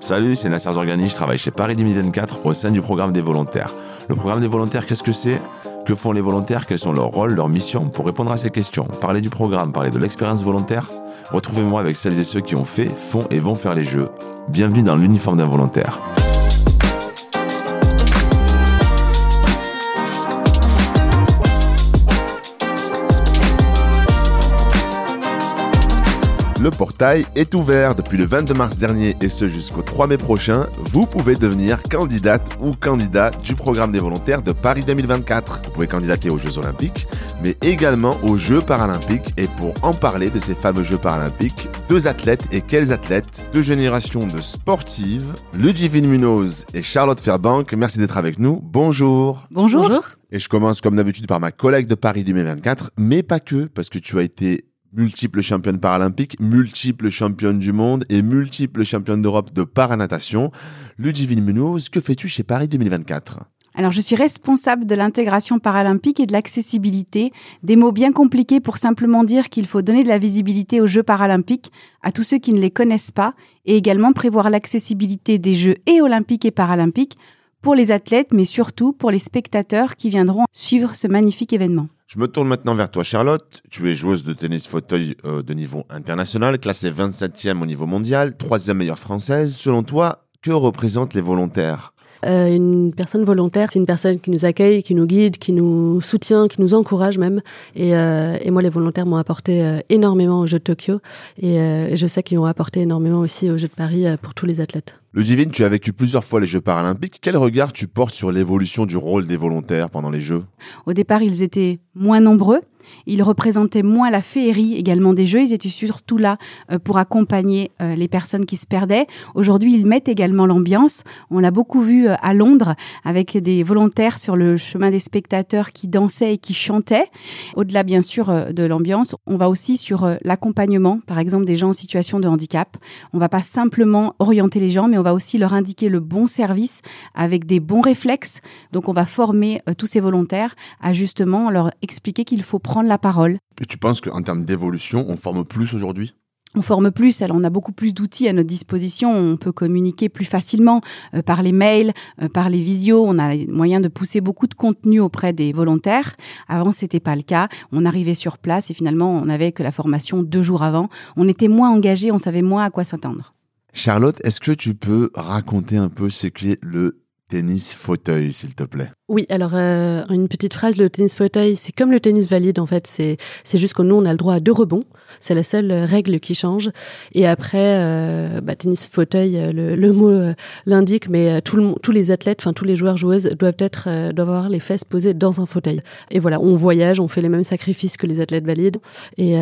Salut, c'est Nasser Zorgani, je travaille chez Paris 2024 au sein du programme des volontaires. Le programme des volontaires, qu'est-ce que c'est ? Que font les volontaires ? Quels sont leurs rôles, leurs missions ? Pour répondre à ces questions, parler du programme, parler de l'expérience volontaire, retrouvez-moi avec celles et ceux qui ont fait, font et vont faire les jeux. Bienvenue dans l'uniforme d'un volontaire. Le portail est ouvert depuis le 22 mars dernier et ce jusqu'au 3 mai prochain. Vous pouvez devenir candidate ou candidat du programme des volontaires de Paris 2024. Vous pouvez candidater aux Jeux Olympiques, mais également aux Jeux Paralympiques. Et pour en parler de ces fameux Jeux Paralympiques, deux athlètes et quels athlètes, deux générations de sportives, Ludivine Munoz et Charlotte Fairbank. Merci d'être avec nous. Bonjour. Bonjour. Et je commence comme d'habitude par ma collègue de Paris 2024, mais pas que, parce que tu as été multiple championne paralympique, multiple championne du monde et multiple championne d'Europe de paranatation. Ludivine Munoz, que fais-tu chez Paris 2024 ? Alors, je suis responsable de l'intégration paralympique et de l'accessibilité, des mots bien compliqués pour simplement dire qu'il faut donner de la visibilité aux Jeux paralympiques à tous ceux qui ne les connaissent pas et également prévoir l'accessibilité des Jeux et olympiques et paralympiques pour les athlètes, mais surtout pour les spectateurs qui viendront suivre ce magnifique événement. Je me tourne maintenant vers toi, Charlotte. Tu es joueuse de tennis fauteuil de niveau international, classée 27e au niveau mondial, 3e meilleure française. Selon toi, que représentent les volontaires ? Une personne volontaire, c'est une personne qui nous accueille, qui nous guide, qui nous soutient, qui nous encourage même. Et moi, les volontaires m'ont apporté énormément aux Jeux de Tokyo. Et je sais qu'ils ont apporté énormément aussi aux Jeux de Paris pour tous les athlètes. Ludivine, tu as vécu plusieurs fois les Jeux paralympiques. Quel regard tu portes sur l'évolution du rôle des volontaires pendant les Jeux ? Au départ, ils étaient moins nombreux. Ils représentaient moins la féerie également des Jeux. Ils étaient surtout là pour accompagner les personnes qui se perdaient. Aujourd'hui, ils mettent également l'ambiance. On l'a beaucoup vu à Londres avec des volontaires sur le chemin des spectateurs qui dansaient et qui chantaient. Au-delà, bien sûr, de l'ambiance, on va aussi sur l'accompagnement, par exemple, des gens en situation de handicap. On ne va pas simplement orienter les gens, mais on va aussi leur indiquer le bon service avec des bons réflexes. Donc, on va former tous ces volontaires à justement leur expliquer qu'il faut prendre la parole. Et tu penses qu'en termes d'évolution, on forme plus aujourd'hui ? On forme plus, alors on a beaucoup plus d'outils à notre disposition, on peut communiquer plus facilement par les mails, par les visios, on a moyen de pousser beaucoup de contenu auprès des volontaires. Avant, c'était pas le cas, on arrivait sur place et finalement, on n'avait que la formation 2 jours avant. On était moins engagés, on savait moins à quoi s'attendre. Charlotte, est-ce que tu peux raconter un peu ce qu'est le tennis fauteuil, s'il te plaît ? Oui, alors une petite phrase, le tennis fauteuil, c'est comme le tennis valide en fait, c'est juste que nous on a le droit à 2 rebonds, c'est la seule règle qui change. Et après, tennis fauteuil, le mot l'indique, mais tous les athlètes, enfin tous les joueurs joueuses doivent avoir les fesses posées dans un fauteuil. Et voilà, on voyage, on fait les mêmes sacrifices que les athlètes valides et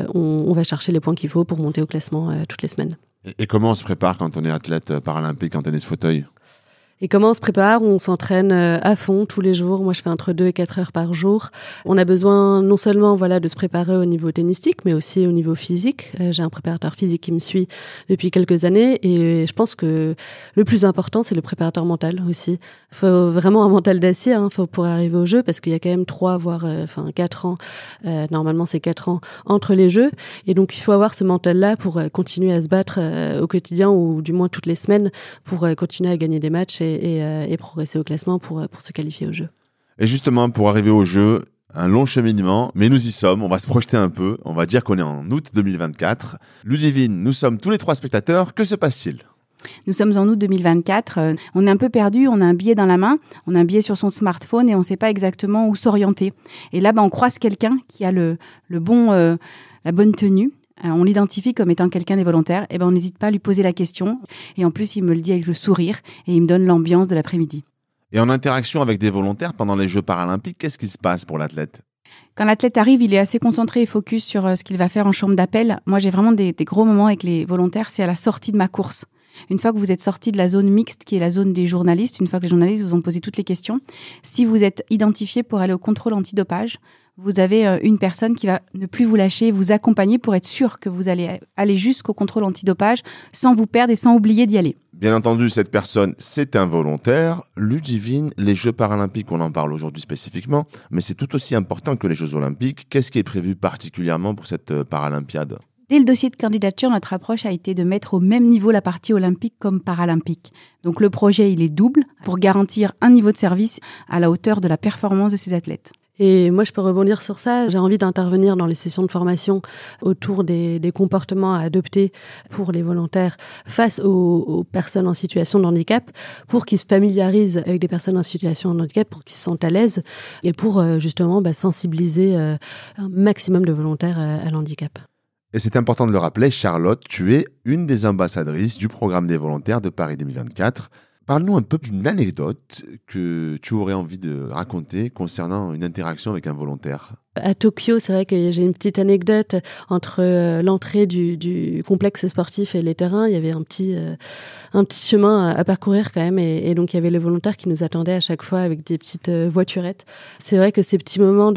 on va chercher les points qu'il faut pour monter au classement toutes les semaines. Et comment on se prépare quand on est athlète paralympique en tennis fauteuil ? Et comment on se prépare ? On s'entraîne à fond tous les jours. Moi, je fais entre 2 et 4 heures par jour. On a besoin non seulement de se préparer au niveau tennistique, mais aussi au niveau physique. J'ai un préparateur physique qui me suit depuis quelques années. Et je pense que le plus important, c'est le préparateur mental aussi. Il faut vraiment un mental d'acier pour arriver au jeu, parce qu'il y a quand même 3, voire 4 ans. Normalement, c'est 4 ans entre les jeux. Et donc, il faut avoir ce mental-là pour continuer à se battre au quotidien, ou du moins toutes les semaines, pour continuer à gagner des matchs et progresser au classement pour se qualifier au jeu. Et justement, pour arriver au jeu, un long cheminement, mais nous y sommes, on va se projeter un peu, on va dire qu'on est en août 2024. Ludivine, nous sommes tous les 3 spectateurs, que se passe-t-il ? Nous sommes en août 2024, on est un peu perdu, on a un billet dans la main, on a un billet sur son smartphone et on ne sait pas exactement où s'orienter. Et là, on croise quelqu'un qui a la bonne tenue. On l'identifie comme étant quelqu'un des volontaires, et on n'hésite pas à lui poser la question. Et en plus, il me le dit avec le sourire et il me donne l'ambiance de l'après-midi. Et en interaction avec des volontaires pendant les Jeux paralympiques, qu'est-ce qui se passe pour l'athlète ? Quand l'athlète arrive, il est assez concentré et focus sur ce qu'il va faire en chambre d'appel. Moi, j'ai vraiment des gros moments avec les volontaires, c'est à la sortie de ma course. Une fois que vous êtes sorti de la zone mixte, qui est la zone des journalistes, une fois que les journalistes vous ont posé toutes les questions, si vous êtes identifié pour aller au contrôle antidopage, vous avez une personne qui va ne plus vous lâcher, vous accompagner pour être sûr que vous allez aller jusqu'au contrôle antidopage sans vous perdre et sans oublier d'y aller. Bien entendu, cette personne, c'est un volontaire. Ludivine, les Jeux paralympiques, on en parle aujourd'hui spécifiquement, mais c'est tout aussi important que les Jeux olympiques. Qu'est-ce qui est prévu particulièrement pour cette paralympiade ? Dès le dossier de candidature, notre approche a été de mettre au même niveau la partie olympique comme paralympique. Donc le projet, il est double pour garantir un niveau de service à la hauteur de la performance de ces athlètes. Et moi, je peux rebondir sur ça. J'ai envie d'intervenir dans les sessions de formation autour des comportements à adopter pour les volontaires face aux personnes en situation de handicap, pour qu'ils se familiarisent avec des personnes en situation de handicap, pour qu'ils se sentent à l'aise et pour justement sensibiliser un maximum de volontaires à l'handicap. Et c'est important de le rappeler, Charlotte, tu es une des ambassadrices du programme des volontaires de Paris 2024. Parle-nous un peu d'une anecdote que tu aurais envie de raconter concernant une interaction avec un volontaire. À Tokyo, c'est vrai que j'ai une petite anecdote entre l'entrée du complexe sportif et les terrains. Il y avait un petit chemin à parcourir quand même, et donc il y avait les volontaires qui nous attendaient à chaque fois avec des petites voiturettes. C'est vrai que ces petits moments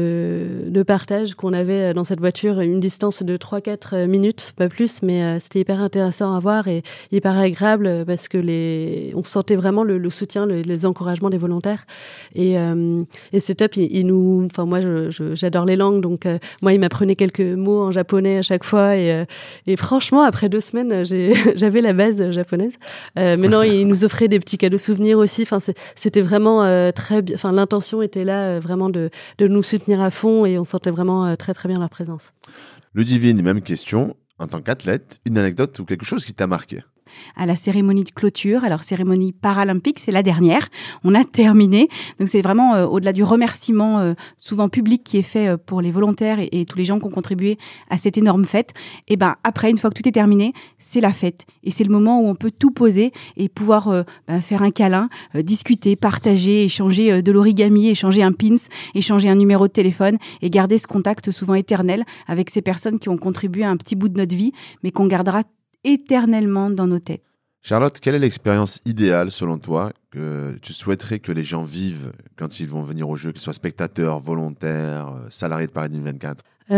de partage qu'on avait dans cette voiture, une distance de 3-4 minutes, pas plus, mais c'était hyper intéressant à voir et hyper agréable parce que on sentait vraiment le soutien, les encouragements des volontaires. Et c'est top. Moi, j'adore les langues, donc moi, il m'apprenait quelques mots en japonais à chaque fois, et franchement, après 2 semaines, j'avais la base japonaise. Mais non, il nous offrait des petits cadeaux souvenirs aussi. Enfin, c'était vraiment très bien. Enfin, l'intention était là, vraiment de nous soutenir à fond, et on sentait vraiment très très bien leur présence. Ludivine, même question. En tant qu'athlète, une anecdote ou quelque chose qui t'a marqué? À la cérémonie de clôture, alors cérémonie paralympique, c'est la dernière, on a terminé, donc c'est vraiment au-delà du remerciement souvent public qui est fait pour les volontaires et tous les gens qui ont contribué à cette énorme fête, et après, une fois que tout est terminé, c'est la fête, et c'est le moment où on peut tout poser et pouvoir faire un câlin, discuter, partager, échanger de l'origami, échanger un pins, échanger un numéro de téléphone, et garder ce contact souvent éternel avec ces personnes qui ont contribué à un petit bout de notre vie, mais qu'on gardera éternellement dans nos têtes. Charlotte, quelle est l'expérience idéale selon toi que tu souhaiterais que les gens vivent quand ils vont venir au jeu, qu'ils soient spectateurs, volontaires, salariés de Paris 2024?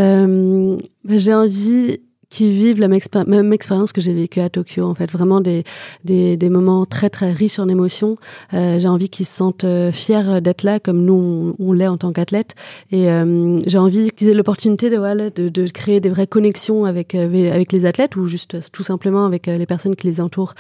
J'ai envie qu'ils vivent la même expérience que j'ai vécue à Tokyo, en fait, vraiment des moments très très riches en émotions. J'ai envie qu'ils se sentent fiers d'être là, comme nous on l'est en tant qu'athlètes, et j'ai envie qu'ils aient l'opportunité de créer des vraies connexions avec les athlètes, ou juste tout simplement avec les personnes qui les entourent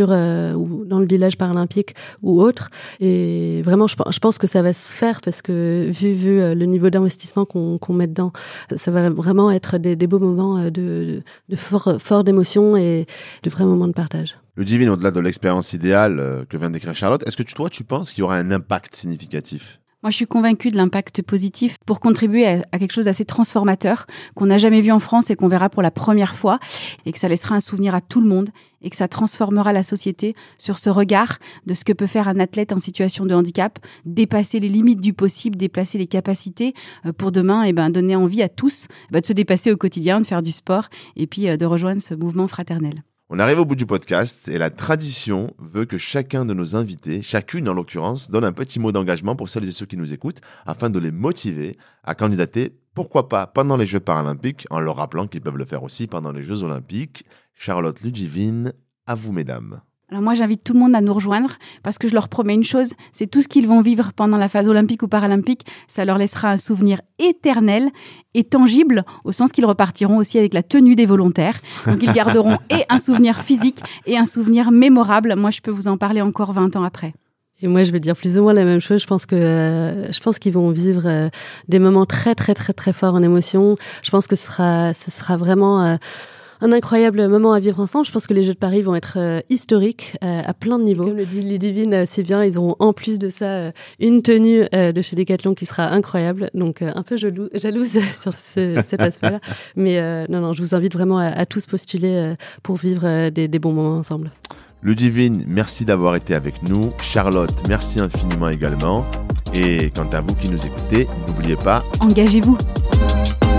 ou dans le village paralympique ou autre. Et vraiment, je pense que ça va se faire, parce que vu le niveau d'investissement qu'on met dedans, ça va vraiment être des beaux moments de fort d'émotion et de vrais moments de partage. Ludivine, au-delà de l'expérience idéale que vient d'écrire Charlotte, est-ce que tu penses qu'il y aura un impact significatif? Moi, je suis convaincue de l'impact positif pour contribuer à quelque chose d'assez transformateur qu'on n'a jamais vu en France et qu'on verra pour la première fois, et que ça laissera un souvenir à tout le monde et que ça transformera la société sur ce regard de ce que peut faire un athlète en situation de handicap, dépasser les limites du possible, dépasser les capacités pour demain donner envie à tous de se dépasser au quotidien, de faire du sport et puis de rejoindre ce mouvement fraternel. On arrive au bout du podcast et la tradition veut que chacun de nos invités, chacune en l'occurrence, donne un petit mot d'engagement pour celles et ceux qui nous écoutent afin de les motiver à candidater, pourquoi pas pendant les Jeux paralympiques, en leur rappelant qu'ils peuvent le faire aussi pendant les Jeux olympiques. Charlotte, Ludivine, à vous mesdames. Alors moi, j'invite tout le monde à nous rejoindre parce que je leur promets une chose, c'est tout ce qu'ils vont vivre pendant la phase olympique ou paralympique, ça leur laissera un souvenir éternel et tangible, au sens qu'ils repartiront aussi avec la tenue des volontaires. Donc ils garderont et un souvenir physique et un souvenir mémorable. Moi, je peux vous en parler encore 20 ans après. Et moi, je vais dire plus ou moins la même chose. Je pense qu'ils vont vivre des moments très, très, très, très forts en émotion. Je pense que ce sera vraiment un incroyable moment à vivre ensemble. Je pense que les Jeux de Paris vont être historiques à plein de niveaux. Comme le dit Ludivine, c'est bien. Ils auront en plus de ça une tenue de chez Decathlon qui sera incroyable. Donc un peu jalouse sur cet aspect-là. Mais non, je vous invite vraiment à tous postuler pour vivre des bons moments ensemble. Ludivine, merci d'avoir été avec nous. Charlotte, merci infiniment également. Et quant à vous qui nous écoutez, n'oubliez pas... Engagez-vous.